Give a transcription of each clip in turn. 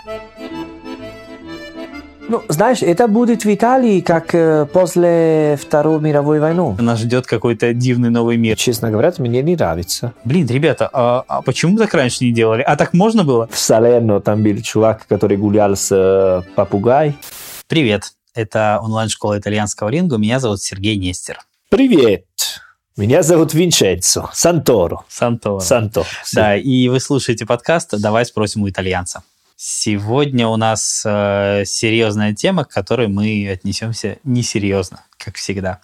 Ну, знаешь, это будет в Италии, как после Второй мировой войны. Нас ждет какой-то дивный новый мир. Честно говоря, мне не нравится. Блин, ребята, а почему так раньше не делали? А так можно было? В Салерно там был чувак, который гулял с попугай. Привет, это онлайн-школа итальянского лингу. Меня зовут Сергей Нестер. Привет. Меня зовут Винченцо Санторо. Санторо. Да, и вы слушаете подкаст «Давай спросим у итальянца». Сегодня у нас серьезная тема, к которой мы отнесемся несерьезно, как всегда.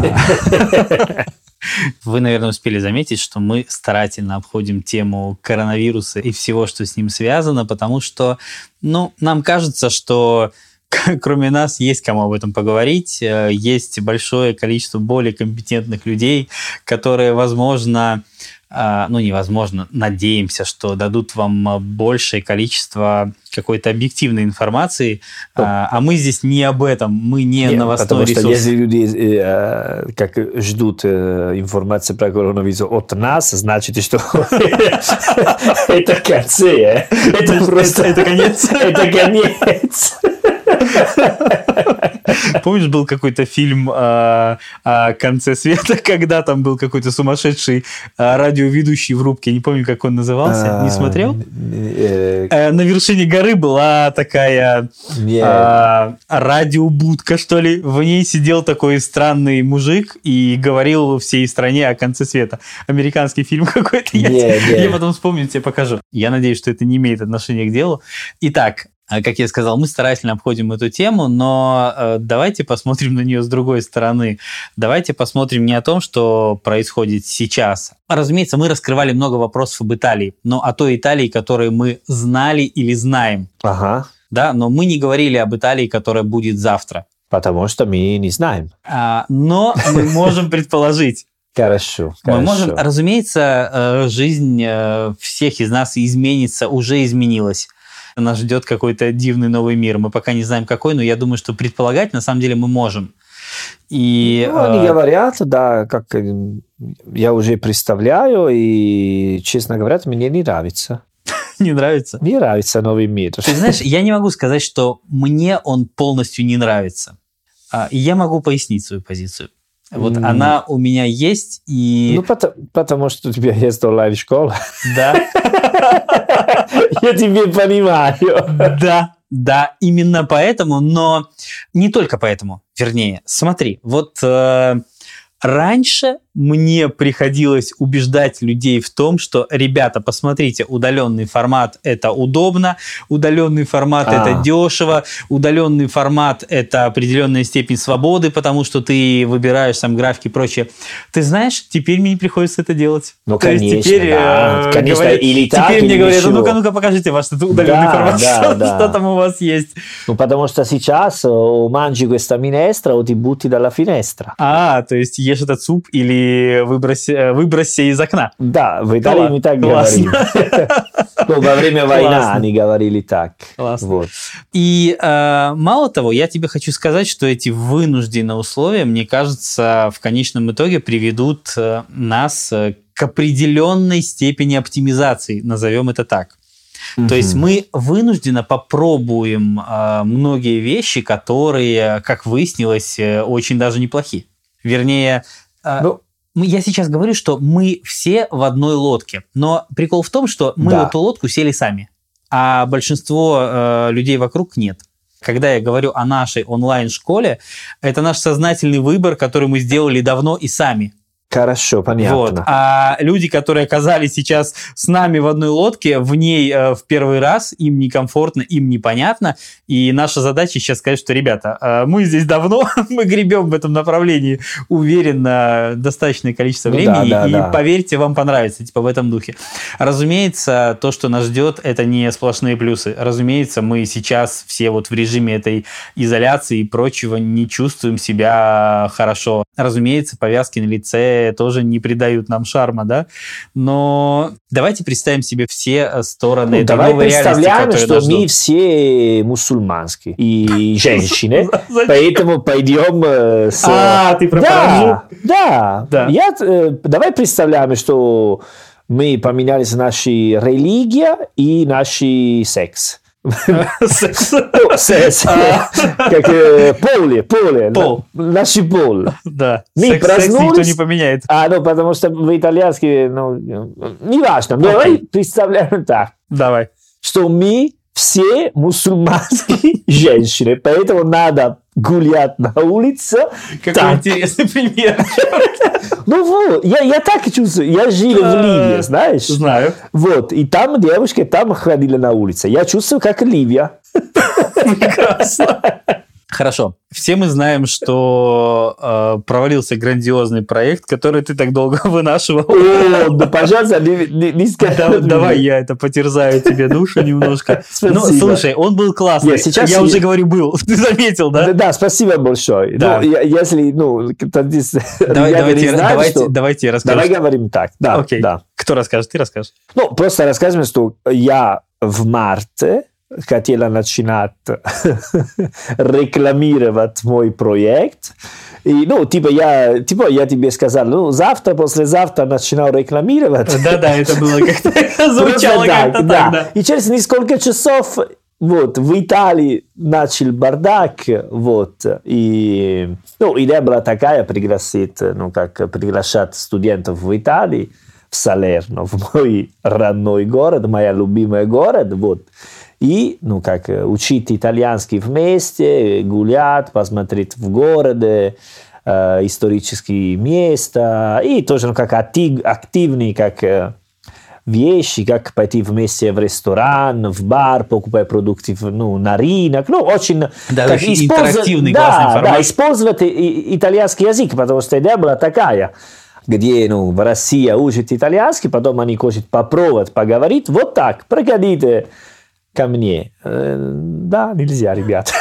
Вы, наверное, успели заметить, что мы старательно обходим тему коронавируса и всего, что с ним связано, потому что, нам кажется, что кроме нас есть кому об этом поговорить, есть большое количество более компетентных людей, которые, возможно, надеемся, что дадут вам большее количество какой-то объективной информации, а мы здесь не об этом, мы не новостной ресурс. Потому что если люди как ждут информации про коронавирус от нас, значит, что это конец. Это просто... Это конец? Это конец. Помнишь, был какой-то фильм о конце света, когда там был какой-то сумасшедший радиоведущий в рубке, не помню, как он назывался, не смотрел? На вершине горы была такая радиобудка, что ли, в ней сидел такой странный мужик и говорил всей стране о конце света. Американский фильм какой-то. Я потом вспомню, тебе покажу. Я надеюсь, что это не имеет отношения к делу. Итак, как я сказал, мы старательно обходим эту тему, но давайте посмотрим на нее с другой стороны. Давайте посмотрим не о том, что происходит сейчас. Разумеется, мы раскрывали много вопросов об Италии, но о той Италии, которую мы знали или знаем. Ага. Да, но мы не говорили об Италии, которая будет завтра. Потому что мы не знаем. Но мы можем предположить. Хорошо. Мы можем, разумеется, жизнь всех из нас изменится, уже изменилась. Нас ждет какой-то дивный новый мир. Мы пока не знаем, какой, но я думаю, что предполагать на самом деле мы можем. И, они говорят, да, как я уже представляю, и, честно говоря, мне не нравится. Не нравится? Не нравится новый мир. Ты знаешь, я не могу сказать, что мне он полностью не нравится. И я могу пояснить свою позицию. Вот она у меня есть, и... потому что у тебя есть онлайн-школа. Да. Я тебя понимаю. Да, именно поэтому, но не только поэтому. Вернее, смотри, вот раньше мне приходилось убеждать людей в том, что, ребята, посмотрите, удаленный формат – это удобно, удаленный формат – это дешево, удаленный формат – это определенная степень свободы, потому что ты выбираешь сам графики и прочее. Ты знаешь, теперь мне не приходится это делать. Ну, конечно, теперь, конечно, говорят, или так, теперь или мне говорят, ничего. ну-ка, покажите ваш удаленный формат, что там у вас есть. Ну, потому что сейчас o mangi questa minestra, o ti butti dalla finestra. То есть ешь этот суп или выбросься из окна. Да, в Италии мы так говорим. Во время войны они говорили так. Классно. И мало того, я тебе хочу сказать, что эти вынужденные условия, мне кажется, в конечном итоге приведут нас к определенной степени оптимизации, назовем это так. То есть мы вынужденно попробуем многие вещи, которые, как выяснилось, очень даже неплохи. Вернее, я сейчас говорю, что мы все в одной лодке, но прикол в том, что мы в эту лодку сели сами, а большинство людей вокруг нет. Когда я говорю о нашей онлайн-школе, это наш сознательный выбор, который мы сделали давно и сами. Хорошо, понятно. Вот. А люди, которые оказались сейчас с нами в одной лодке, в ней в первый раз, им некомфортно, им непонятно. И наша задача сейчас сказать, что, ребята, мы здесь давно, мы гребем в этом направлении уверенно достаточное количество времени, и поверьте, вам понравится, в этом духе. Разумеется, то, что нас ждет, это не сплошные плюсы. Разумеется, мы сейчас все вот в режиме этой изоляции и прочего не чувствуем себя хорошо. Разумеется, повязки на лице тоже не придают нам шарма, да? Но давайте представим себе все стороны этой новой реальности, которая нас ждет. Давай представляем, что мы все мусульманские и женщины, поэтому пойдем с... ты про паранджу? Да. Давай представляем, что мы поменялись наши религия и наш секс. Секс. Поле. Пол. Наши пол. Да. Мы Секс проснулись. никто не поменяет. Ну, потому что в итальянский, не важно. Давай представляем так, Давай. что мы все мусульманские женщины, поэтому надо гулять на улице. Какой так. интересный пример. Вот, я так чувствую. Я жил в Ливии, знаешь? Знаю. Вот, и там девушки там ходили на улице. Я чувствую, как Ливия. Прекрасно. Хорошо. Все мы знаем, что провалился грандиозный проект, который ты так долго вынашивал. Да, пожалуйста, не скажи. Давай я это потерзаю тебе душу немножко. Ну, слушай, он был классный. Я уже говорю, был. Ты заметил, да? Да, спасибо большое. Да. Если, давайте я расскажу. Давай говорим так. Да, окей. да. Кто расскажет? Ты расскажешь. Просто расскажем, что я в марте хотела начинать рекламировать мой проект. И, я тебе сказал, завтра, послезавтра начинал рекламировать. Да, это было как-то звучало как-то так, да. И через несколько часов в Италии начал бардак, и идея была такая приглашать студентов в Италии, в Салерно, в мой родной город, моя любимый город, и, учить итальянский вместе, гулять, посмотреть в городе, исторические места, и тоже активные, как вещи, как пойти вместе в ресторан, в бар, покупать продукты на рынок. Очень, очень интерактивный, классный формат. Да, использовать итальянский язык, потому что идея была такая, где в России учат итальянский, потом они хотят попробовать поговорить. Вот так, приходите ко мне. Да, нельзя, ребят.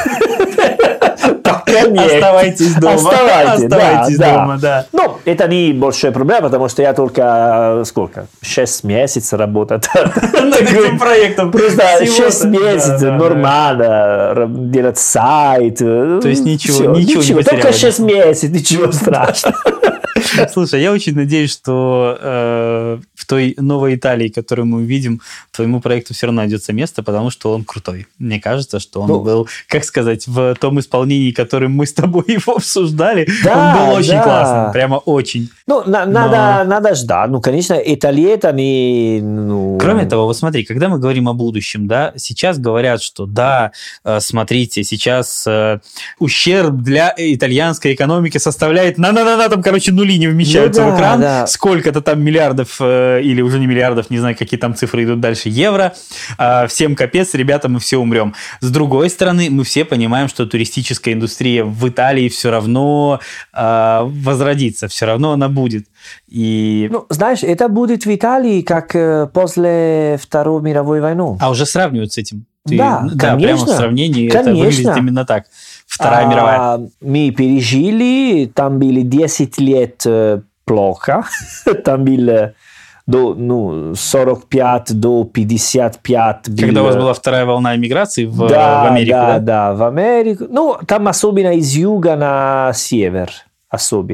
Оставайтесь дома. Оставайтесь дома, да. Это не большая проблема, потому что я только 6 месяцев работаю над этим проектом. Просто 6 месяцев нормально делать сайт. То есть ничего не потеряли. Только 6 месяцев, ничего страшного. Слушай, я очень надеюсь, что в той новой Италии, которую мы увидим, твоему проекту все равно найдется место, потому что он крутой. Мне кажется, что он был, как сказать, в том исполнении, которым мы с тобой его обсуждали, он был очень классным, прямо очень. Надо ждать. Конечно, Италия это не... Кроме того, смотри, когда мы говорим о будущем, да, сейчас говорят, что смотрите, сейчас ущерб для итальянской экономики составляет нули не вмещаются в экран, сколько-то там миллиардов или уже не миллиардов, не знаю, какие там цифры идут дальше, евро, всем капец, ребята, мы все умрем. С другой стороны, мы все понимаем, что туристическая индустрия в Италии все равно возродится, все равно она будет. И... знаешь, это будет в Италии как после Второй мировой войны. А уже сравнивают с этим? Конечно. Прямо в сравнении это выглядит именно так. Вторая мировая. Мы пережили, там были 10 лет плохо, там было до 45 до 55. Когда у вас была вторая волна эмиграции в Америку, да? Да, в Америку. Там особенно из юга на север. Особенно.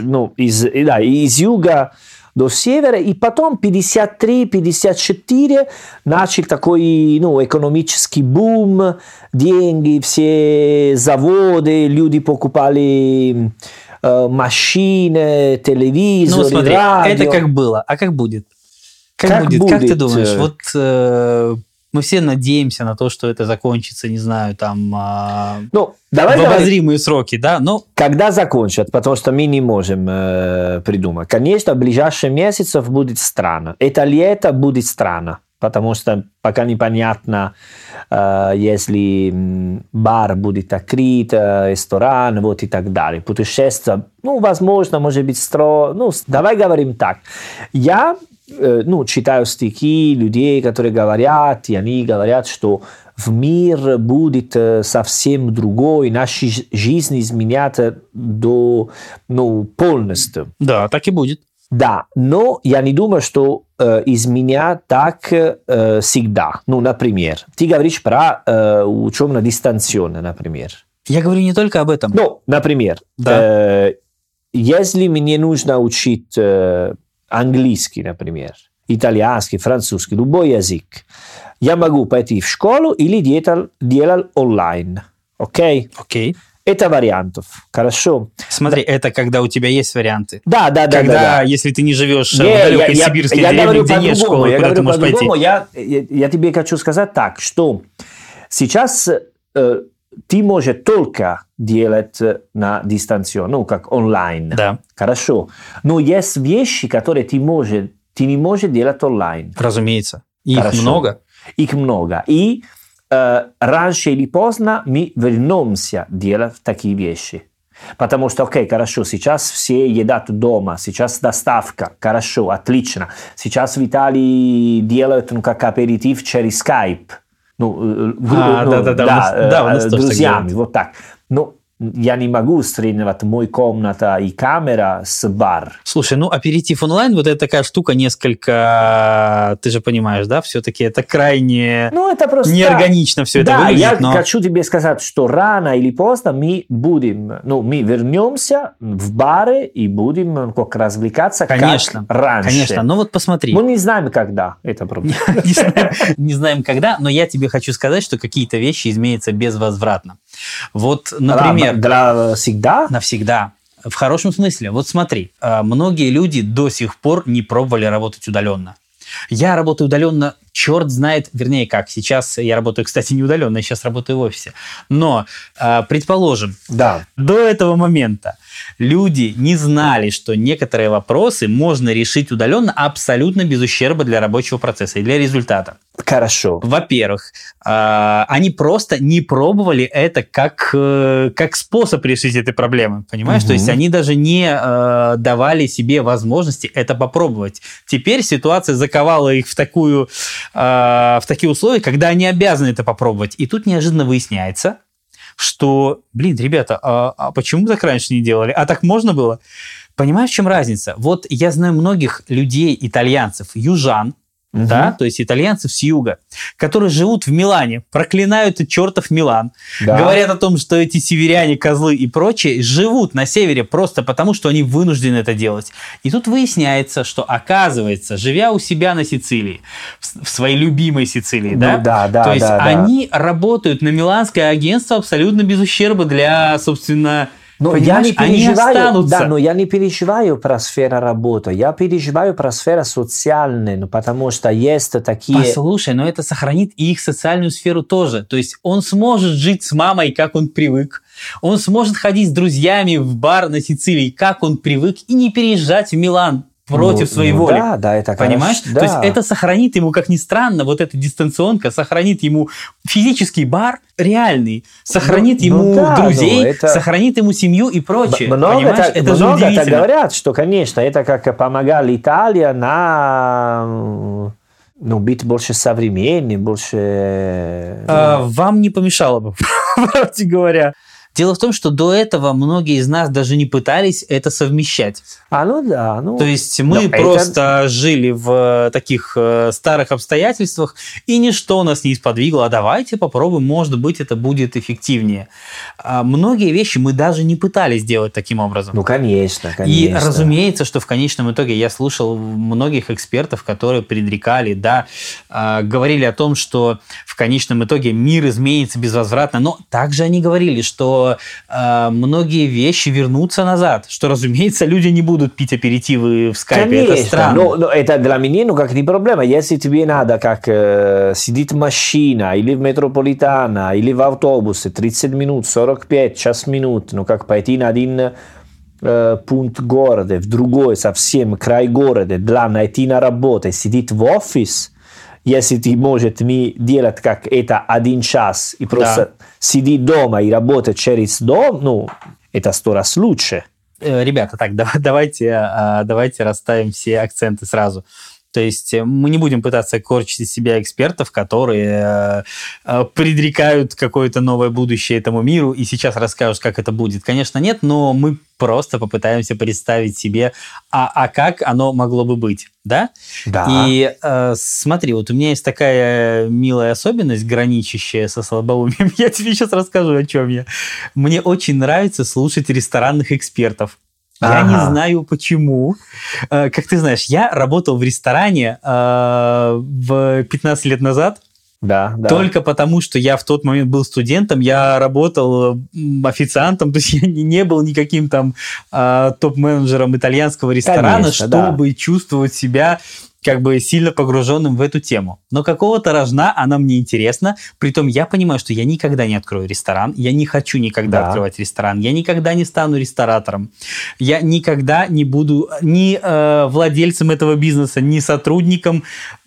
Из юга до севера, и потом 53-54 начал такой экономический бум, деньги, все заводы, люди покупали машины, телевизоры, смотри, радио. это как было, а как будет? Как будет? Как ты думаешь? Мы все надеемся на то, что это закончится, не знаю, там в обозримые сроки, да? Когда закончат, потому что мы не можем придумать. Конечно, в ближайшие месяцы будет странно. Это лето будет странно, потому что пока непонятно, если бар будет открыт, ресторан, и так далее. Путешествие, возможно, может быть, давай говорим так. Я читаю стихи людей, которые говорят, и они говорят, что в мир будет совсем другой, наша жизнь изменяется полностью. Да, так и будет. Да, но я не думаю, что изменять так всегда. Например, ты говоришь про учебу дистанционно, например. Я говорю не только об этом. Например, если мне нужно учить английский, например, итальянский, французский, любой язык, Я могу пойти в школу или делать онлайн. Окей? Окей. Это вариантов. Хорошо. Смотри, это когда у тебя есть варианты. Да. Когда, если ты не живешь в далекой сибирской деревне, где нет школы, куда ты можешь пойти. Я тебе хочу сказать так, что сейчас ты можешь только делать на дистанционно, ну, как онлайн. Да. Хорошо. Но есть вещи, которые ты не можешь делать онлайн. Разумеется. Их Хорошо. много. Их много. И раньше или поздно мы вернемся делать такие вещи. Потому что, окей, хорошо, сейчас все едят дома, сейчас доставка, хорошо, отлично. Сейчас в Италии делают как аперитив через Skype. С друзьями, вот так. Но я не могу сравнивать мою комната и камера с бар. Слушай, аперитив онлайн, вот это такая штука несколько, ты же понимаешь, да, все-таки это крайне это просто неорганично все это выглядит. Да, я хочу тебе сказать, что рано или поздно мы вернемся в бары и будем как развлекаться, конечно, как раньше. Конечно, но вот посмотри. Мы не знаем, когда это проблема. Не знаем, когда, но я тебе хочу сказать, что какие-то вещи изменятся безвозвратно. Вот, например... Навсегда? Навсегда. В хорошем смысле. Вот смотри, многие люди до сих пор не пробовали работать удаленно. Я работаю удаленно, черт знает, вернее как, сейчас я работаю, кстати, не удаленно, я сейчас работаю в офисе. Но, предположим, до этого момента люди не знали, что некоторые вопросы можно решить удаленно абсолютно без ущерба для рабочего процесса и для результата. Хорошо. Во-первых, они просто не пробовали это как способ решить этой проблемы, понимаешь? То есть они даже не давали себе возможности это попробовать. Теперь ситуация заковала их в такие условия, когда они обязаны это попробовать. И тут неожиданно выясняется, что, ребята, а почему так раньше не делали? А так можно было? Понимаешь, в чем разница? Вот я знаю многих людей, итальянцев, южан, да, то есть итальянцев с юга, которые живут в Милане, проклинают этот чертов Милан, говорят о том, что эти северяне, козлы и прочие живут на севере просто потому, что они вынуждены это делать. И тут выясняется, что, оказывается, живя у себя на Сицилии, в своей любимой Сицилии, то есть они работают на миланское агентство абсолютно без ущерба для, собственно... Но я не переживаю про сферу работы, я переживаю про сферу социальную, потому что есть такие... Послушай, но это сохранит и их социальную сферу тоже. То есть он сможет жить с мамой, как он привык. Он сможет ходить с друзьями в бар на Сицилии, как он привык, и не переезжать в Милан против своей воли. Да, это понимаешь? Да. То есть это сохранит ему, как ни странно, вот эта дистанционка сохранит ему физический бар реальный, сохранит ему друзей, сохранит ему семью и прочее. Много так говорят, что, конечно, это как помогала Италия на... быть больше современным, больше... Вам не помешало бы, правде говоря. Дело в том, что до этого многие из нас даже не пытались это совмещать. То есть мы просто жили в таких старых обстоятельствах, и ничто нас не сподвигло. А давайте попробуем, может быть, это будет эффективнее. Многие вещи мы даже не пытались делать таким образом. Конечно. И разумеется, что в конечном итоге я слушал многих экспертов, которые предрекали, говорили о том, что в конечном итоге мир изменится безвозвратно, но также они говорили, что многие вещи вернутся назад, что, разумеется, люди не будут пить аперитивы в скайпе. Конечно, это странно. Но это для меня как не проблема. Если тебе надо как сидеть в машине, или в метрополитана, или в автобусе 30 минут, 45, час минут, как пойти на один пункт города, в другой совсем край города, для найти на работу, сидеть в офис, если ты можешь не делать как это 1 час и просто сидеть дома и работать через дом, это 100 раз лучше. Ребята, так, давайте расставим все акценты сразу. То есть мы не будем пытаться корчить из себя экспертов, которые предрекают какое-то новое будущее этому миру и сейчас расскажут, как это будет. Конечно, нет, но мы просто попытаемся представить себе, как оно могло бы быть, да? Да. И смотри, вот у меня есть такая милая особенность, граничащая со слабоумием. Я тебе сейчас расскажу, о чем я. Мне очень нравится слушать ресторанных экспертов. Я не знаю, почему. Как ты знаешь, я работал в ресторане в 15 лет назад. Да, да. Только потому, что я в тот момент был студентом, я работал официантом, то есть я не был никаким там топ-менеджером итальянского ресторана, Конечно, чтобы чувствовать себя как бы сильно погруженным в эту тему. Но какого-то рожна она мне интересна. Притом я понимаю, что я никогда не открою ресторан, я не хочу никогда открывать ресторан, я никогда не стану ресторатором, я никогда не буду ни владельцем этого бизнеса, ни сотрудником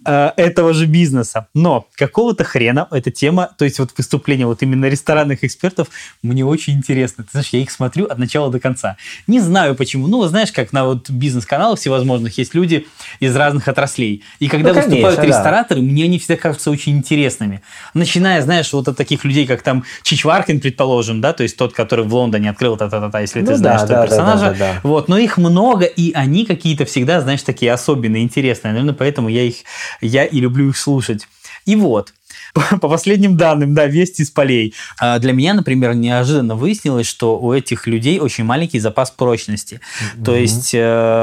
этого же бизнеса. Но какого-то хрена эта тема, то есть вот выступления вот именно ресторанных экспертов, мне очень интересно. Ты знаешь, я их смотрю от начала до конца. Не знаю почему. Ну, знаешь, как на вот бизнес-каналах всевозможных есть люди из разных отраслей. И когда выступают рестораторы, мне они всегда кажутся очень интересными. Начиная, знаешь, вот от таких людей, как там Чичваркин, предположим, да, то есть тот, который в Лондоне открыл та-та-та, если ты знаешь этого персонажа. Да. Вот, но их много, и они какие-то всегда, знаешь, такие особенные, интересные. Наверное, поэтому я и люблю их слушать. И вот, по последним данным, да, вести из полей. Для меня, например, неожиданно выяснилось, что у этих людей очень маленький запас прочности. То есть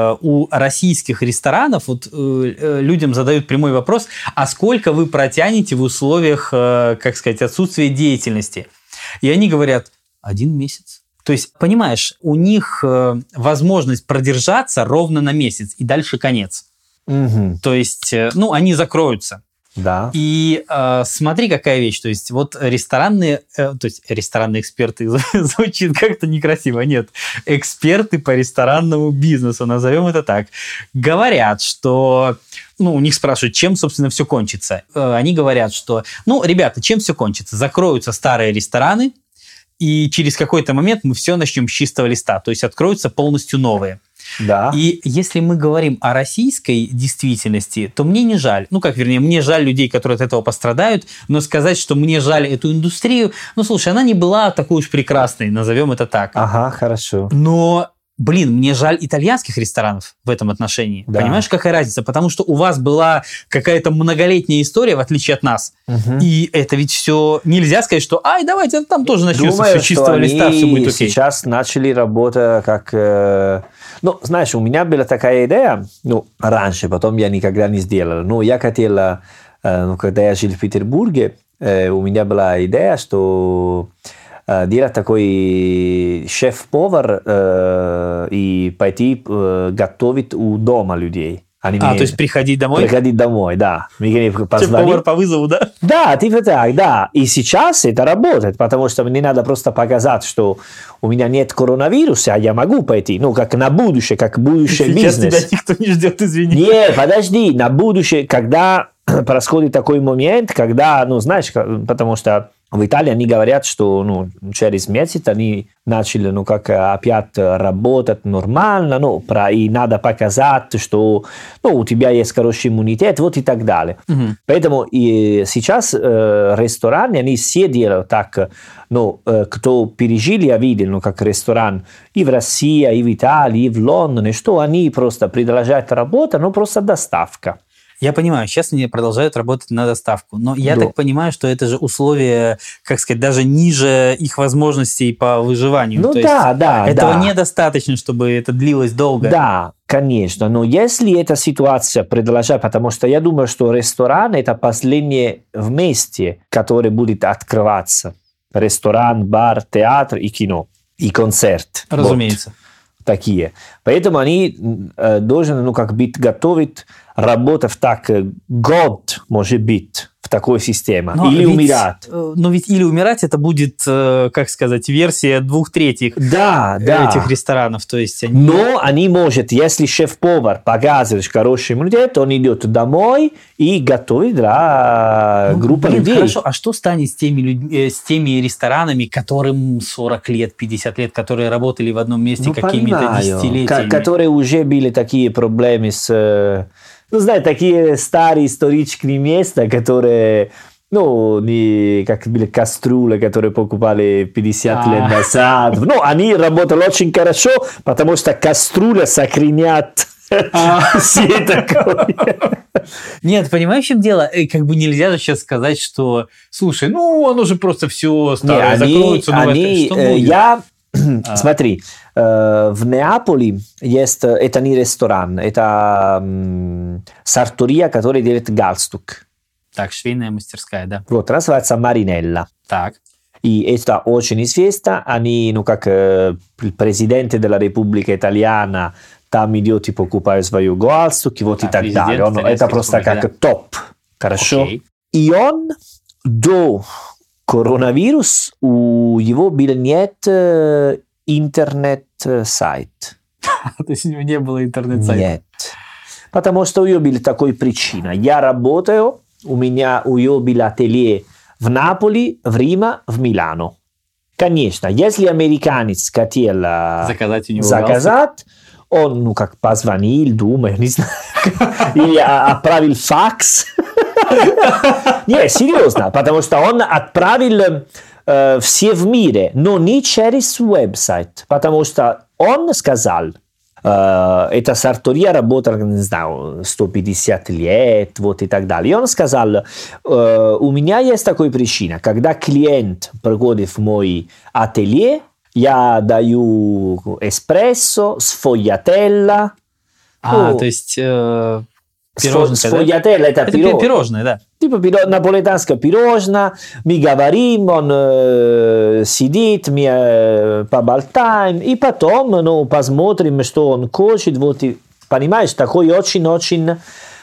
у российских ресторанов вот, людям задают прямой вопрос, а сколько вы протянете в условиях, как сказать, отсутствия деятельности? И они говорят, 1 месяц. То есть, понимаешь, у них возможность продержаться ровно на месяц, и дальше конец. То есть, ну, они закроются. Да. И смотри, какая вещь. То есть, вот ресторанные эксперты, звучит как-то некрасиво. Нет, эксперты по ресторанному бизнесу, назовем это так, говорят, что... Ну, у них спрашивают, чем, собственно, все кончится. Они говорят, что, ну, ребята, чем все кончится? Закроются старые рестораны, и через какой-то момент мы все начнем с чистого листа. То есть, откроются полностью новые. Да. И если мы говорим о российской действительности, то мне не жаль. Ну, как, вернее, мне жаль людей, которые от этого пострадают, но сказать, что мне жаль эту индустрию, ну, слушай, она не была такой уж прекрасной, назовем это так. Ага, хорошо. Но... Блин, мне жаль итальянских ресторанов в этом отношении. Да. Понимаешь, какая разница? Потому что у вас была какая-то многолетняя история, в отличие от нас. И это ведь все... Нельзя сказать, что ай, давайте там тоже начнется все чистого листа, все будет окей. Сейчас начали работать как... Ну, знаешь, у меня была такая идея, ну, раньше, потом я никогда не сделал. Но я хотел, когда я жил в Петербурге, у меня была идея, что... делать такой шеф-повар и пойти готовить у дома людей. То есть приходить домой? Приходить домой, да. Шеф-повар по вызову, да? Да, типа так, да. И сейчас это работает, потому что мне надо просто показать, что у меня нет коронавируса, а я могу пойти. Ну, как на будущее, как будущий бизнес. Сейчас тебя никто не ждет, извини. Нет, подожди, на будущее, когда происходит такой момент, когда, ну, знаешь, потому что в Италии они говорят, что ну, через месяц они начали ну, как опять работать нормально, ну, и надо показать, что ну, у тебя есть хороший иммунитет, вот и так далее. Поэтому и сейчас рестораны, они все делают так, ну, кто пережили, я видел, ну, как ресторан и в России, и в Италии, и в Лондоне, что они просто продолжают работать, но просто доставка. Я понимаю, сейчас они продолжают работать на доставку, но я так понимаю, что это же условия, как сказать, даже ниже их возможностей по выживанию. Ну, то да, есть этого недостаточно, чтобы это длилось долго. Да, конечно, но если эта ситуация продолжает, потому что я думаю, что ресторан – это последнее вместе, которое будет открываться. Ресторан, бар, театр и кино, и концерт. Разумеется. Вот, такие. Поэтому они должны, ну, как быть готовы работать так год, может быть, в такой системе. Или умирать. Но ведь или умирать, это будет, как сказать, версия 2/3 этих ресторанов. То есть они... Но они могут, если шеф-повар показывает хороший иммунитет, он идет домой и готовит для группы людей. Хорошо, а что станет с теми ресторанами, которым 40 лет, 50 лет, которые работали в одном месте какими-то десятилетиями? Которые уже были такие проблемы с... Ну, знаете, такие старые исторические места, которые, ну, не как были кастрюли, которые покупали 50 лет назад. Ну, они работали очень хорошо, потому что кастрюля сохранят все такое. Нет, понимаешь, в чем дело? Как бы нельзя же сейчас сказать, что, слушай, ну, оно же просто все старое закроется. Смотри, в Неаполе есть, это не ресторан, это сартория, которая делает галстук. Так, швейная мастерская, да. Вот, называется Marinella. Так. И это очень известно. Они, как президент de la Repubblica Italiana, там идет и покупает свою галстуки, вот и так далее. Это просто как топ. Хорошо? Окей. И он до коронавируса у него был нет интернет-сайт. То есть у него не было интернет-сайта? Нет. Потому что у него была такая причина. Я работаю, у него был ателье в Наполи, в Риме, в Милано. Конечно, если американец хотел заказать у него заказать, он, как позвонил, думаю, не знаю, или отправил факс. Не, серьезно, потому что он отправил все в мире, но не через веб-сайт, потому что он сказал, эта сартория работала, не знаю, 150 лет, вот и так далее. И он сказал, у меня есть такая причина, когда клиент приходит в мой ателье, я даю эспрессо, сфоgliatella. То есть пирожное, сфоgliatella это пирожное, да. Типа наполитанское пирожное, мы говорим, он сидит, мы поболтаем, и потом посмотрим, что он хочет. Вот, и, понимаешь, такое очень-очень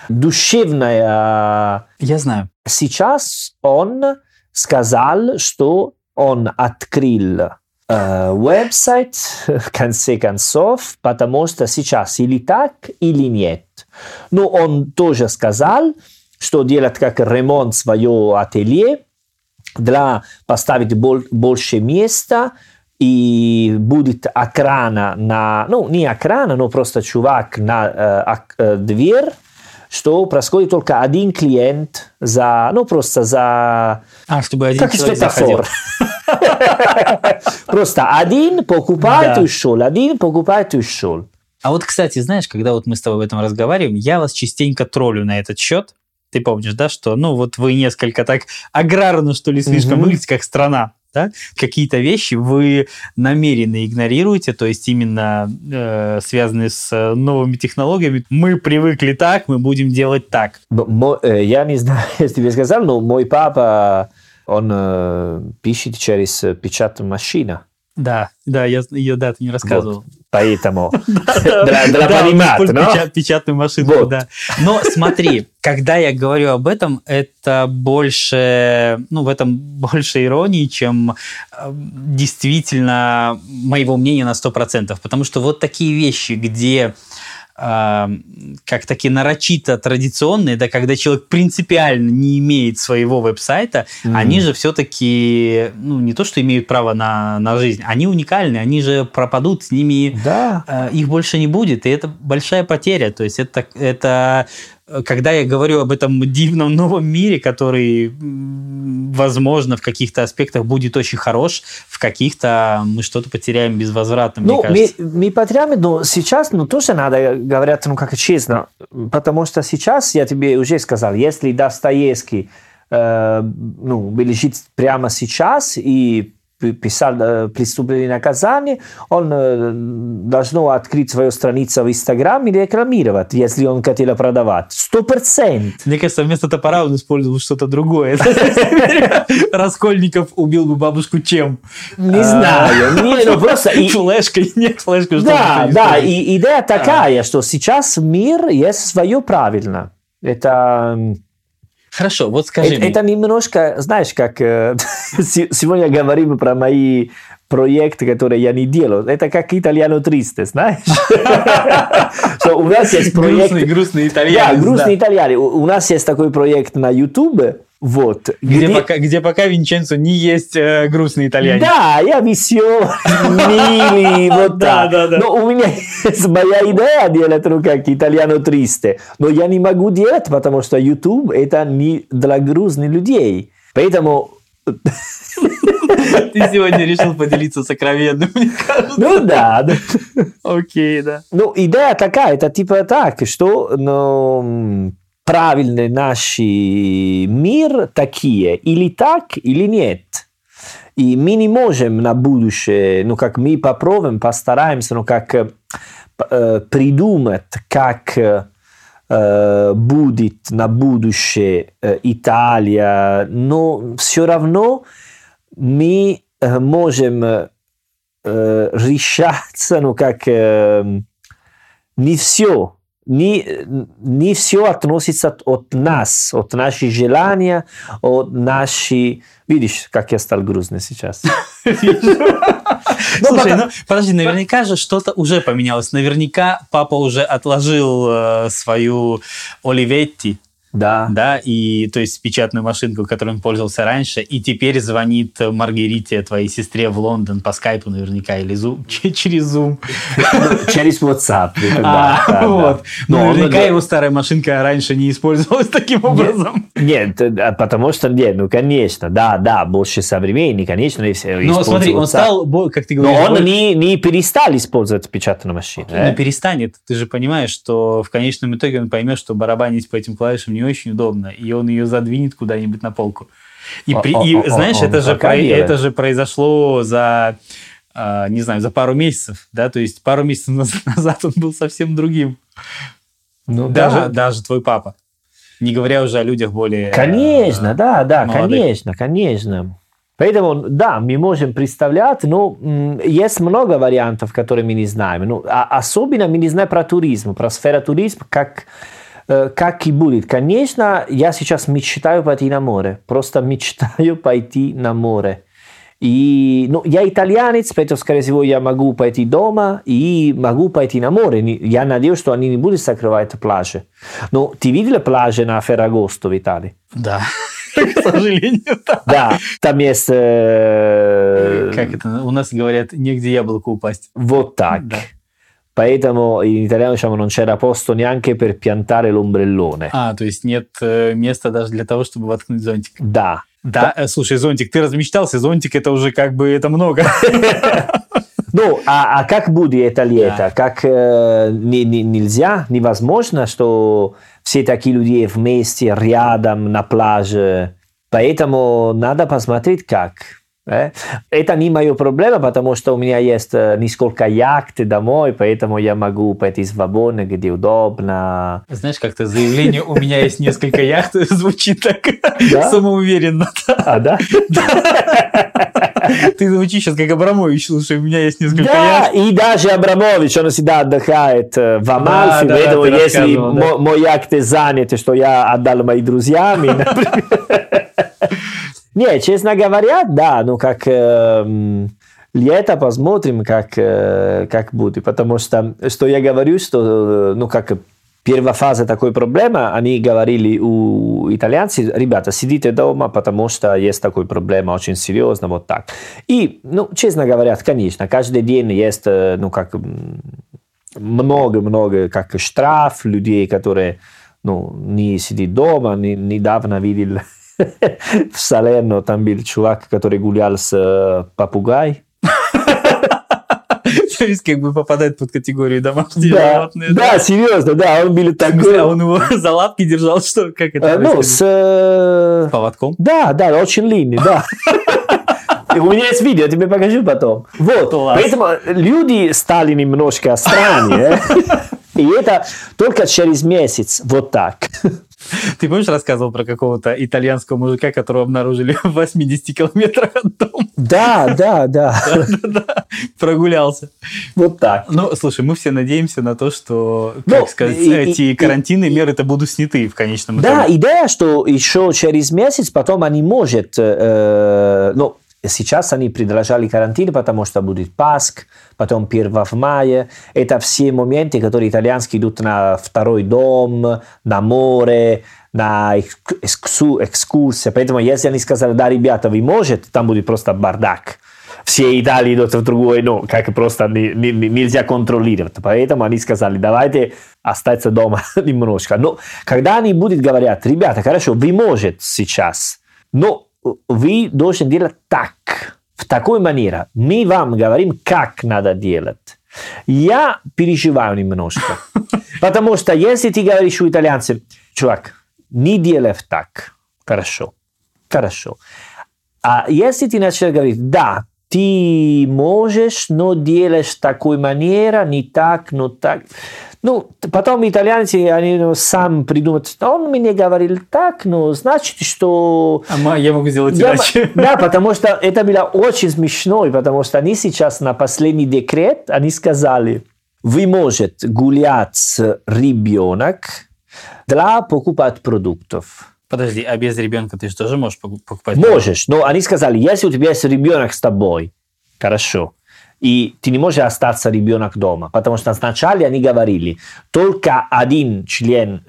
душевное. Я знаю. Сейчас он сказал, что он открыл веб-сайт в конце концов, потому что сейчас или так, или нет. Но он тоже сказал, что делать как ремонт своего ателье, для поставить больше места, и будет охрана не охрана, но просто чувак на дверь, что происходит только один клиент просто за... чтобы один как человек заходил. Просто один покупает и ушел, один покупает и ушел. А вот, кстати, знаешь, когда вот мы с тобой об этом разговариваем, я вас частенько троллю на этот счет. Ты помнишь, да, что, вот вы несколько так аграрно, что ли, слишком выглядите, как страна, да? Какие-то вещи вы намеренно игнорируете, то есть именно связанные с новыми технологиями. Мы привыкли так, мы будем делать так. Я не знаю, если тебе сказал, но мой папа, он пишет через печатную машину. Да, ты не рассказывал. Вот, поэтому для понимать, печатную машину, да. Но смотри, когда я говорю об этом, это больше, в этом больше иронии, чем действительно моего мнения на 100%. Потому что вот такие вещи, где как такие нарочито традиционные, да, когда человек принципиально не имеет своего веб-сайта, они же все-таки, не то, что имеют право на жизнь, они уникальны, они же пропадут, с ними их больше не будет, и это большая потеря. То есть это когда я говорю об этом дивном новом мире, который, возможно, в каких-то аспектах будет очень хорош, в каких-то мы что-то потеряем безвозвратно, мне кажется. Мы потеряем, но сейчас, тоже надо говорить, как честно, потому что сейчас, я тебе уже сказал, если Достоевский лежит прямо сейчас и писал «Преступление и наказание», он должен открыть свою страницу в Инстаграме и рекламировать, если он хотел продавать. 100%. Мне кажется, вместо топора он использовал что-то другое. Раскольников убил бы бабушку чем? Не знаю. Просто... Флешкой. Нет, флешкой. Да. И идея такая, что сейчас мир есть свое правильно. Это... Хорошо, вот скажи мне. Это немножко, знаешь, как сегодня говорим про мои проекты, которые я не делаю. Это как Итальяно Тристе, знаешь? У нас есть проект... Грустный итальянец. Да, грустный итальянец. У нас есть такой проект на YouTube, вот. Где пока Винченцо не есть грустный итальянец. Да, я веселый, милый, вот так. Но у меня есть моя идея делать, как Итальяно Тристе. Но я не могу делать, потому что YouTube это не для грустных людей. Поэтому... Ты сегодня решил поделиться сокровенным, мне кажется. Да. Окей, да. Идея такая, это типа так, что... правильный наш мир такие, или так, или нет. И мы не можем на будущее, как мы попробуем, постараемся, как придумать, как будет на будущее Италия, но все равно мы можем решаться, ну как не все. Не все относится от нас, от наших желаний, от наших... Видишь, как я стал грустный сейчас? Слушай, ну подожди, наверняка же что-то уже поменялось. Наверняка папа уже отложил свою Оливетти. Да, и то есть печатную машинку, которой он пользовался раньше, и теперь звонит Маргарите, твоей сестре, в Лондон по скайпу наверняка, или через Zoom. Через WhatsApp. Вот. Наверняка его старая машинка раньше не использовалась таким образом. Нет, потому что, нет, ну, конечно, да, больше современный, конечно. Но смотри, он стал, как ты говоришь... Но он не перестал использовать печатную машину. Он перестанет. Ты же понимаешь, что в конечном итоге он поймет, что барабанить по этим клавишам не очень удобно, и он ее задвинет куда-нибудь на полку. И знаешь, это же произошло за, не знаю, за пару месяцев, да, то есть пару месяцев назад он был совсем другим. Ну, даже твой папа. Не говоря уже о людях более Конечно, молодых. конечно. Поэтому, да, мы можем представлять, но есть много вариантов, которые мы не знаем. Ну, особенно мы не знаем про туризм, про сферу туризма, как и будет. Конечно, я сейчас мечтаю пойти на море. Просто мечтаю пойти на море. И, ну, я итальянец, поэтому, скорее всего, я могу пойти дома и могу пойти на море. Я надеюсь, что они не будут закрывать пляжи. Но ты видел пляжи на Феррагосто в Италии? Да, к сожалению, да. Да, там есть... Как это? У нас говорят, негде яблоку упасть. Вот так. Да. Поэтому in italiano diciamo non c'era posto neanche per piantare l'ombrellone. То есть нет места даже для того, чтобы воткнуть зонтик. Да. Слушай, зонтик, ты размечтался, зонтик это уже как бы это много. Ну, а как будет это лето? Как нельзя, невозможно, что все такие люди вместе, рядом, на пляже. Поэтому надо посмотреть, как. Это не моя проблема, потому что у меня есть несколько яхт домой, поэтому я могу пойти свободно, где удобно. Знаешь, как-то заявление «у меня есть несколько яхт» звучит так самоуверенно. Да? Ты звучишь сейчас как Абрамович, слушай, у меня есть несколько яхт. Да, и даже Абрамович, он всегда отдыхает в Амальфи, поэтому если мой яхт занят, что я отдал моим друзьям, например. Не, честно говоря, да, ну как лето посмотрим, как будет, потому что я говорю, что, ну как первая фаза такой проблемы, они говорили у итальянцев, ребята, сидите дома, потому что есть такой проблема очень серьезно, вот так. И, ну, честно говоря, конечно, каждый день есть, ну как много как штраф людей, которые, ну, не сидят дома, недавно видел в Салерно там был чувак, который гулял с попугай. То есть как бы попадает под категорию домашние животные. Да, серьезно, да, он был такой. А он его за лапки держал, что? Как это происходит? С поводком? Да, очень длинный, да. У меня есть видео, я тебе покажу потом. Вот, поэтому люди стали немножко странные. И это только через месяц, вот так. Ты помнишь, рассказывал про какого-то итальянского мужика, которого обнаружили в 80 километрах от дома? Да. Прогулялся. Вот так. Ну, слушай, мы все надеемся на то, что, как сказать, эти карантинные меры-то будут сняты в конечном итоге. Да, идея, что еще через месяц потом они могут... ну, сейчас они предложили карантин, потому что будет Пасха, потом 1 мая. Это все моменты, которые итальянские идут на второй дом, на море, на экскурсии. Поэтому если они сказали, да, ребята, вы можете, там будет просто бардак. Все Италии идут в другой, ну, как просто нельзя контролировать. Поэтому они сказали, давайте остаться дома немножко. Но когда они будут говорить, ребята, хорошо, вы можете сейчас, но вы должны делать так, в такой манере. Мы вам говорим, как надо делать. Я переживаю немножко. Потому что если ты говоришь у итальянцев, чувак, не делай так. Хорошо. А если ты начинаешь говорить, да, ты можешь, но делаешь такой манере, не так, но так, Ну, потом итальянцы, они сам придумают, он мне говорил так, ну, значит, что... Я могу сделать иначе. Да, потому что это было очень смешно, потому что они сейчас на последний декрет, они сказали, вы можете гулять с ребенком для покупать продуктов. Подожди, а без ребенка ты же тоже можешь покупать? Можешь, но они сказали, если у тебя есть ребенок с тобой, хорошо, и ты не можешь остаться ребенок дома, потому что сначала они говорили, только один член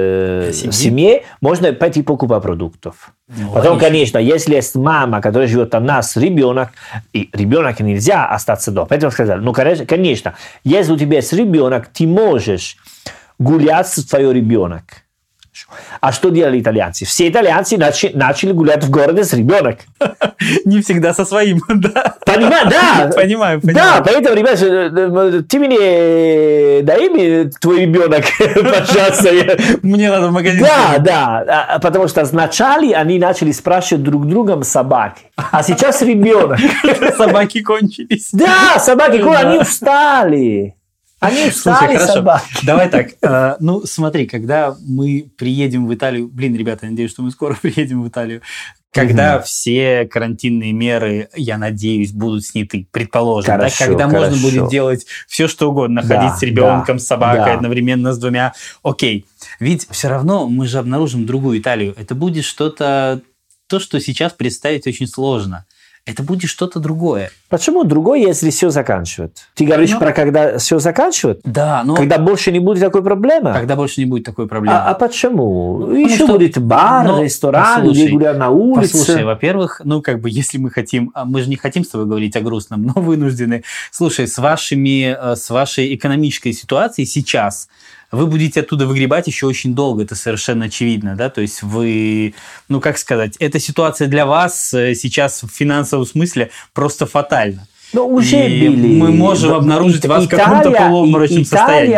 семьи можно пойти покупать продуктов. Ну, потом, логично. конечно, если есть мама, которая живет одна с ребенком, и ребенок нельзя остаться дома. Поэтому сказали, ну, конечно, если у тебя есть ребенок, ты можешь гулять с твоим ребенком. А что делали итальянцы? Все итальянцы начали гулять в городе с ребенком. Не всегда со своим, да. Понимаю, да. Понимаю. Да, поэтому, ребята, ты мне дай мне твой ребенок, пожалуйста. Мне надо в магазин. Да, потому что сначала они начали спрашивать друг другом собаки, а сейчас ребенок. Собаки кончились. Да, собаки, они устали. Они устали, собаки. Давай так. Ну, смотри, когда мы приедем в Италию... Блин, ребята, я надеюсь, что мы скоро приедем в Италию. Когда все карантинные меры, я надеюсь, будут сняты, предположим. Хорошо, когда можно будет делать все, что угодно. Ходить с ребенком, с собакой, одновременно с двумя. Окей. Ведь все равно мы же обнаружим другую Италию. Это будет что-то... То, что сейчас представить очень сложно. Это будет что-то другое. Почему другое, если все заканчивают? Ты говоришь про когда все заканчивают? Да, но... Когда больше не будет такой проблемы? Когда больше не будет такой проблемы. А почему? Еще будет бар, ресторан, люди гуляют на улице. Послушай, во-первых, ну, как бы, если мы хотим... Мы же не хотим с тобой говорить о грустном, но вынуждены. Слушай, с вашей экономической ситуацией сейчас... Вы будете оттуда выгребать еще очень долго, это совершенно очевидно, да, то есть вы, ну, как сказать, эта ситуация для вас сейчас в финансовом смысле просто фатальна. Но уже и были. Мы можем обнаружить вас в каком-то полуобморочном состоянии.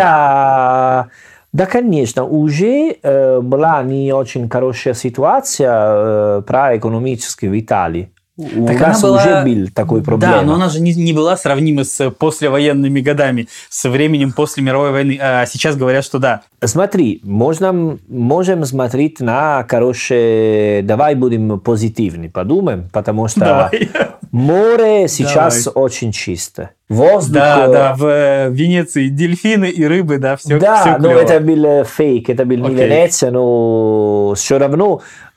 Да, конечно, уже была не очень хорошая ситуация про экономическую в Италии. У нас уже был такой проблема. Да, но она же не была сравнима с послевоенными годами, со временем после мировой войны. А сейчас говорят, что да. Смотри, можем смотреть на хорошее... Давай будем позитивны, подумаем, потому что море сейчас очень чисто. Воздух... Да, в Венеции дельфины и рыбы, да, все Да, все но клево. это был фейк, это был не Венеция, но все равно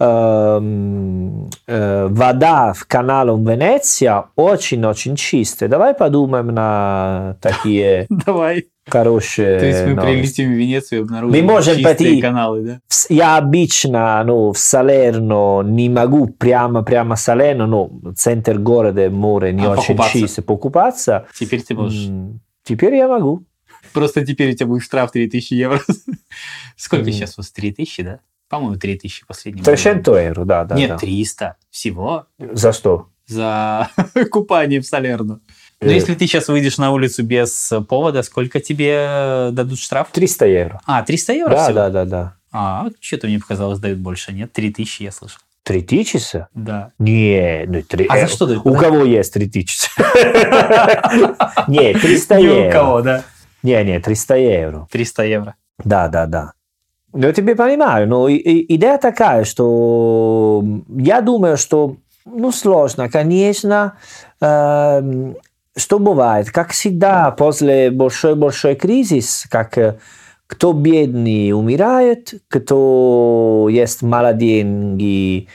вода в канале Венеция очень-очень чистая. Давай подумаем на такие хорошие... То есть мы прилетим в Венецию и обнаружим мы можем чистые пойти... каналы, да? Я обычно в Салерно не могу прямо Салерно, но центр города, море не очень чисто, покупаться. Теперь ты можешь. Теперь я могу. Просто теперь у тебя будет штраф 3000 евро. Сколько сейчас у вас? 3000, да? По-моему, 3000 последний. 300 евро, да. Нет, 300 всего. За что? За купание в Салерно. Но если ты сейчас выйдешь на улицу без повода, сколько тебе дадут штраф? 300 евро. 300 евро всего? Да. Что-то мне показалось, дают больше, нет? 3000 я слышал. 3000? Да. Не, ну 3... А за что дают? У кого есть 3000? Не, 300 евро. Ни у кого, да. Не, 300 евро. 300 евро. Да. Ну, я тебя понимаю, но идея такая, что я думаю, что, сложно, конечно, что бывает, как всегда, после большой кризис, как кто бедный умирает, кто есть мало деньги,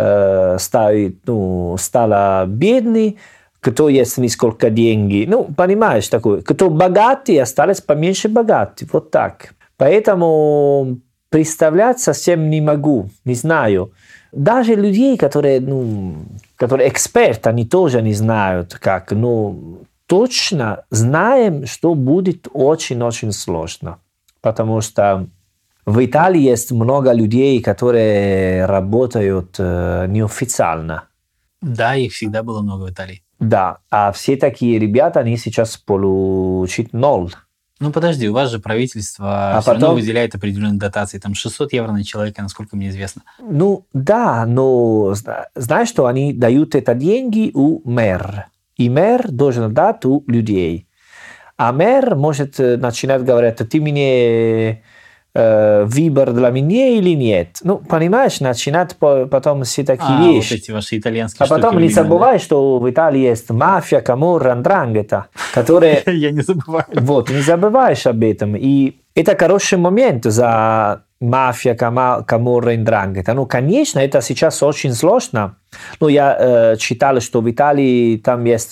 стал бедный, кто есть несколько денег, понимаешь, такое, кто богатый, остались поменьше богатый, вот так. Поэтому представлять совсем не могу, не знаю. Даже людей, которые эксперты, они тоже не знают, как, точно знаем, что будет очень-очень сложно. Потому что в Италии есть много людей, которые работают неофициально. Да, их всегда было много в Италии. Да, а все такие ребята, они сейчас получат 0. Подожди, у вас же правительство все равно выделяет определенные дотации, там 600 евро на человека, насколько мне известно. Да, но знаешь, что они дают это деньги у мэра, и мэр должен дать у людей. А мэр может начинать говорить, ты мне выбор для меня или нет. Ну, понимаешь, начинать потом все такие вещи. Вот эти ваши итальянские а штуки. Потом не любимые, забывай, что в Италии есть мафия, каморра, 'ндрангета, которые... Я не забываю. Вот, не забываешь об этом. И это хороший момент за мафия, каморра и 'ндрангета. Ну, конечно, это сейчас очень сложно. Ну, я читал, что в Италии там есть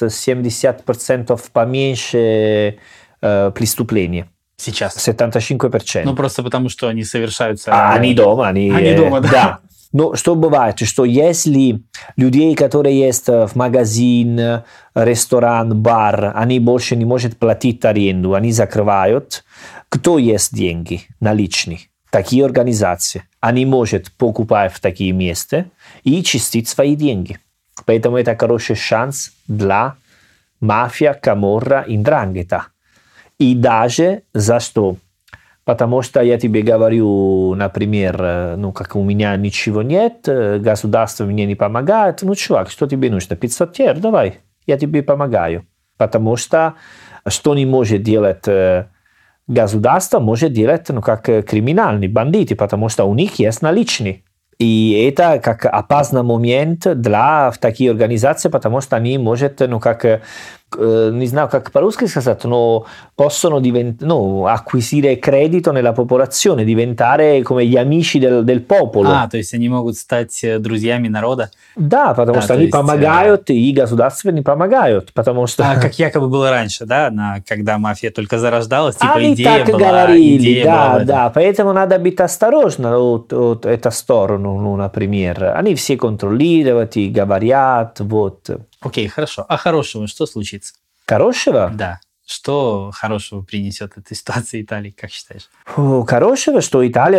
70% поменьше преступлений. Сейчас. 75%. Ну, просто потому, что они совершаются... Они дома. Они дома, да. Да. Но что бывает, что если людей, которые есть в магазин, ресторан, бар, они больше не могут платить аренду, они закрывают, кто есть деньги наличные? Такие организации. Они могут покупать в такие места и чистить свои деньги. Поэтому это хороший шанс для мафия, каморра и 'ндрангета. И даже за что? Потому что я тебе говорю, например, ну, как у меня ничего нет, государство мне не помогает. Ну, чувак, что тебе нужно? 500 евро? Давай, я тебе помогаю. Потому что не может делать государство, может делать, ну, как криминальные бандиты, потому что у них есть наличные. И это как опасный момент для таких организаций, потому что они могут, ну, как, не знаю, как по-русски сказать, но possono acquisire credito nella popolazione, diventare come gli amici del popolo. То есть они могут стать друзьями народа? Да, потому что они помогают, и государство не помогают, потому что... как якобы было раньше, да, когда мафия только зарождалась, типа они идея так была... говорили, да, поэтому надо быть осторожным от эту сторону, ну, например. Они все контролируют и говорят, вот... Окей, хорошо. А хорошего что случится? Хорошего? Да. Что хорошего принесет эта ситуация Италии, как считаешь? Хорошего, что Италия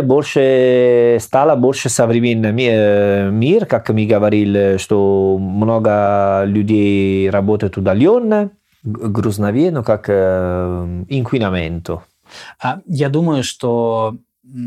стала больше современный мир, как мы говорили, что много людей работают удаленно, грузновее, но как инквинамento. Я думаю, что...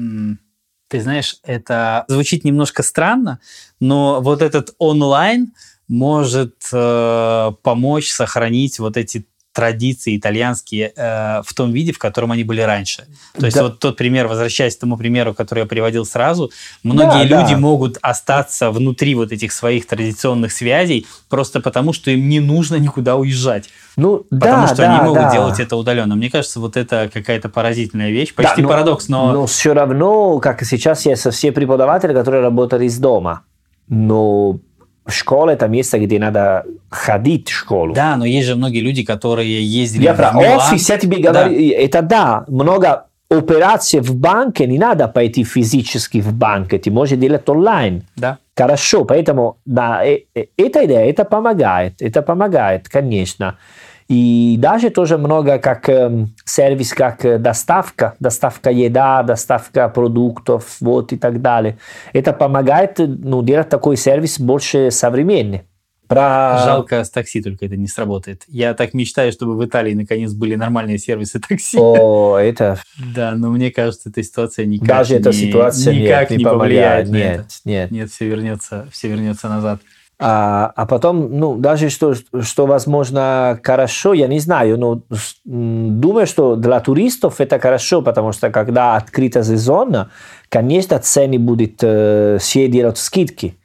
Ты знаешь, это звучит немножко странно, но вот этот онлайн может помочь сохранить вот эти традиции итальянские в том виде, в котором они были раньше. То есть вот тот пример, возвращаясь к тому примеру, который я приводил сразу, многие люди могут остаться внутри вот этих своих традиционных связей просто потому, что им не нужно никуда уезжать. Потому что они могут делать это удаленно. Мне кажется, вот это какая-то поразительная вещь, почти парадокс, но... Но все равно, как сейчас есть все преподаватели, которые работают из дома. Но школа – это место, где надо ходить в школу. Да, но есть же многие люди, которые ездили в Милан. Офис, я тебе говорю, это много операций в банке, не надо пойти физически в банк, ты можешь делать онлайн. Да. Хорошо, поэтому эта идея, это помогает, конечно. И даже тоже много как сервис, как доставка еда, доставка продуктов, вот и так далее. Это помогает делать такой сервис больше современный. Жалко, с такси только это не сработает. Я так мечтаю, чтобы в Италии наконец были нормальные сервисы такси. Это... Да, но мне кажется, эта ситуация никак даже эта ситуация не повлияет на это. Нет, все вернется назад. А потом, даже что возможно хорошо, я не знаю, но думаю, что для туристов это хорошо, потому что когда открыта сезон, конечно, цены будут все делать скидки.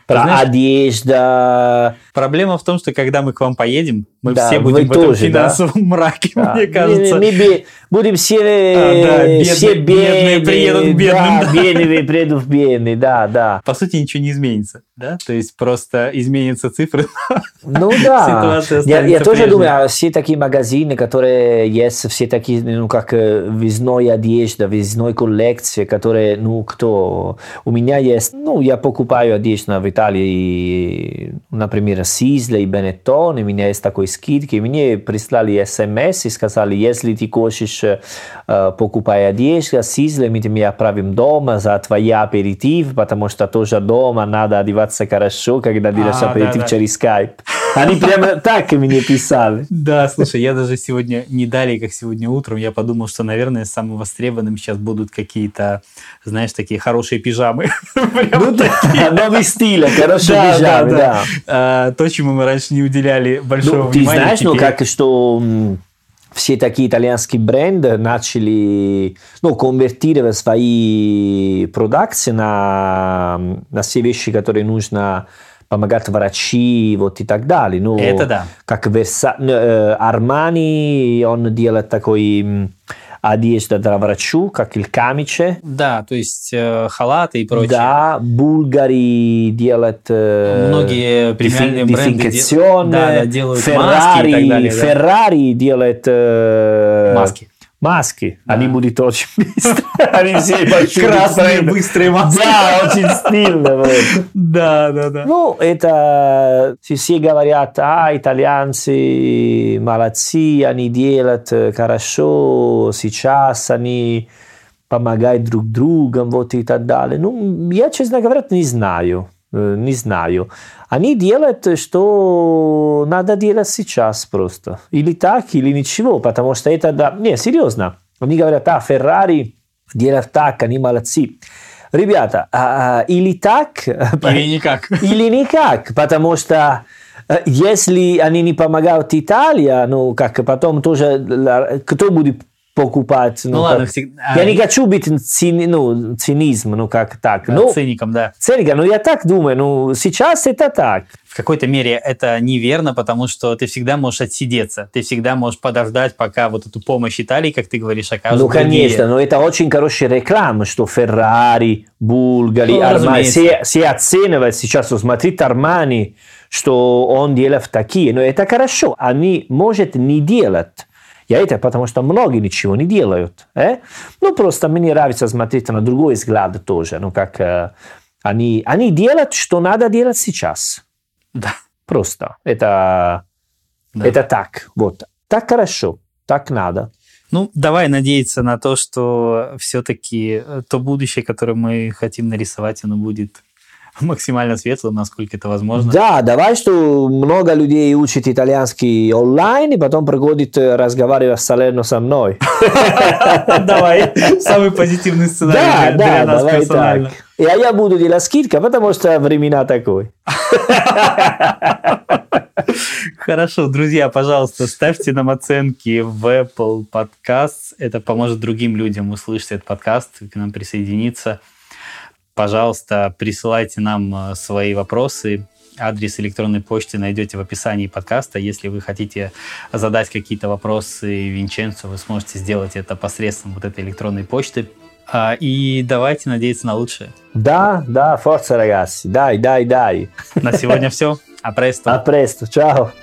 Одежда. Проблема в том, что когда мы к вам поедем, мы все будем в этом финансовом мраке, мне кажется. Мы будем все бедные приедут к бедным. Бедные приедут в бедные, да. По сути, ничего не изменится, да? То есть просто изменятся цифры. Ситуация я тоже думаю, все такие магазины, которые есть, все такие, как весной одежда, весной коллекции, которые, кто... У меня есть, я покупаю одежду в Италии, например, Sisley и Benetton, у меня есть такой скидки, мне прислали смс и сказали, если ты хочешь покупать одежду, Sisley, мы тебе отправим дома за твой аперитив, потому что тоже дома надо одеваться хорошо, когда делаешь аперитив через Skype. Они прямо так мне писали. Да, слушай, я даже сегодня, не далее, как сегодня утром, я подумал, что, наверное, самым востребованным сейчас будут какие-то, знаешь, такие хорошие пижамы. Новый стиль, хорошие пижамы, да. То, чему мы раньше не уделяли большого внимания. Ты знаешь, как что все такие итальянские бренды начали конвертировать свои продукты на все вещи, которые нужно помогать врачи вот и так далее. Это да. Как Armani, он делает такой одежду для врачу, как il camice. Да, то есть халаты и прочее. Да, Bulgari делают многие премиальные бренды делают Ferrari, маски и так далее. Ferrari делает маски. Да. Они будут очень быстрые. Они все большие. Красные быстрые маски. Да, очень стильно. Да. Это все говорят, итальянцы молодцы, они делают хорошо, сейчас они помогают друг другу, вот и так далее. Я, честно говоря, не знаю. Они делают, что надо делать сейчас просто. Или так, или ничего, потому что это... Не, серьезно. Они говорят, Ferrari делают так, они молодцы. Ребята, или так... Или никак. Или никак, потому что если они не помогают Италии, как потом тоже... Кто будет покупать? Ладно, я не хочу быть цинизм, как так. Циником, да. Циником, я так думаю, сейчас это так. В какой-то мере это неверно, потому что ты всегда можешь отсидеться, ты всегда можешь подождать, пока вот эту помощь Италии, как ты говоришь, окажут конечно, но это очень хорошая реклама, что Ferrari, Bulgari, Armani, все оценивают сейчас, смотрите Armani, что он делает такие, но это хорошо, они, может, не делать. Это потому что многие ничего не делают. Просто мне нравится смотреть на другой взгляд тоже. Как они делают, что надо делать сейчас. Да. Просто. Это так. Вот. Так хорошо. Так надо. Давай надеяться на то, что все-таки то будущее, которое мы хотим нарисовать, оно будет максимально светлым, насколько это возможно. Да, давай, что много людей учат итальянский онлайн и потом приходит разговаривать солено со мной. Давай, самый позитивный сценарий для нас персонально. И я буду делать скидку, потому что времена такой. Хорошо, друзья, пожалуйста, ставьте нам оценки в Apple Podcasts. Это поможет другим людям услышать этот подкаст, к нам присоединиться. Пожалуйста, присылайте нам свои вопросы. Адрес электронной почты найдете в описании подкаста. Если вы хотите задать какие-то вопросы Винченцо, вы сможете сделать это посредством вот этой электронной почты. И давайте надеяться на лучшее. Да, forza ragazzi. Дай. На сегодня все. А престо. Ciao.